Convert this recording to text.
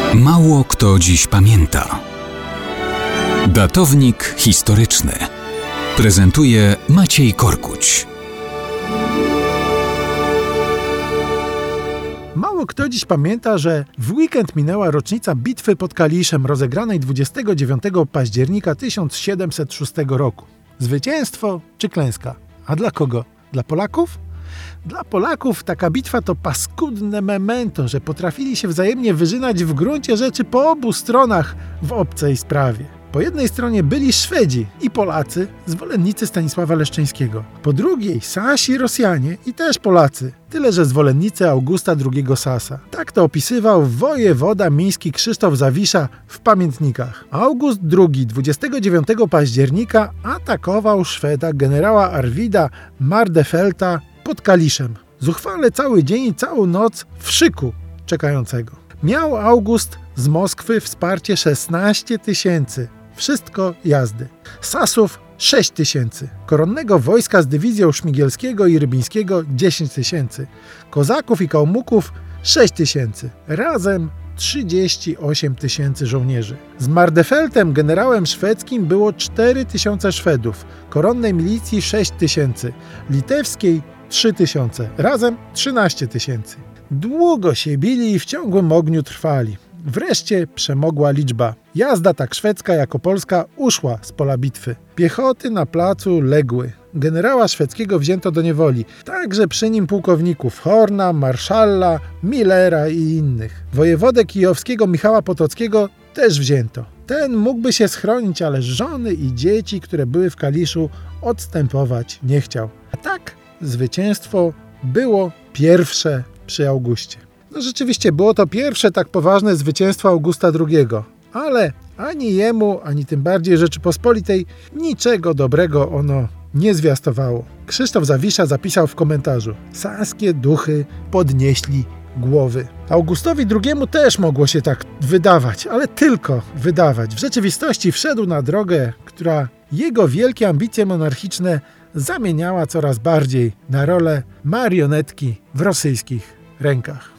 Mało kto dziś pamięta. Datownik historyczny prezentuje Maciej Korkuć. Mało kto dziś pamięta, że w weekend minęła rocznica bitwy pod Kaliszem, rozegranej 29 października 1706 roku. Zwycięstwo czy klęska? A dla kogo? Dla Polaków? Dla Polaków taka bitwa to paskudne memento, że potrafili się wzajemnie wyżynać w gruncie rzeczy po obu stronach w obcej sprawie. Po jednej stronie byli Szwedzi i Polacy, zwolennicy Stanisława Leszczyńskiego. Po drugiej Sasi, Rosjanie i też Polacy, tyle że zwolennicy Augusta II Sasa. Tak to opisywał wojewoda miński Krzysztof Zawisza w pamiętnikach. August II 29 października atakował Szweda generała Arwida Mardefelta pod Kaliszem. Zuchwale cały dzień i całą noc w szyku czekającego. Miał August z Moskwy wsparcie 16 000. Wszystko jazdy. Sasów 6 000. Koronnego wojska z dywizją Szmigielskiego i Rybińskiego 10 000. Kozaków i Kałmuków 6 000. Razem 38 000 żołnierzy. Z Mardefeltem, generałem szwedzkim, było 4 000 Szwedów, koronnej milicji 6 000, litewskiej 3 000, razem 13 000. Długo się bili i w ciągłym ogniu trwali. Wreszcie przemogła liczba. Jazda tak szwedzka jako polska uszła z pola bitwy. Piechoty na placu legły. Generała szwedzkiego wzięto do niewoli. Także przy nim pułkowników Horna, Marszalla, Millera i innych. Wojewodę kijowskiego Michała Potockiego też wzięto. Ten mógłby się schronić, ale żony i dzieci, które były w Kaliszu, odstępować nie chciał. A tak zwycięstwo było pierwsze przy Augustie. No rzeczywiście było to pierwsze tak poważne zwycięstwo Augusta II, ale ani jemu, ani tym bardziej Rzeczypospolitej niczego dobrego ono nie zwiastowało. Krzysztof Zawisza zapisał w komentarzu: saskie duchy podnieśli głowy. Augustowi II też mogło się tak wydawać, ale tylko wydawać. W rzeczywistości wszedł na drogę, która jego wielkie ambicje monarchiczne zamieniała coraz bardziej na rolę marionetki w rosyjskich rękach.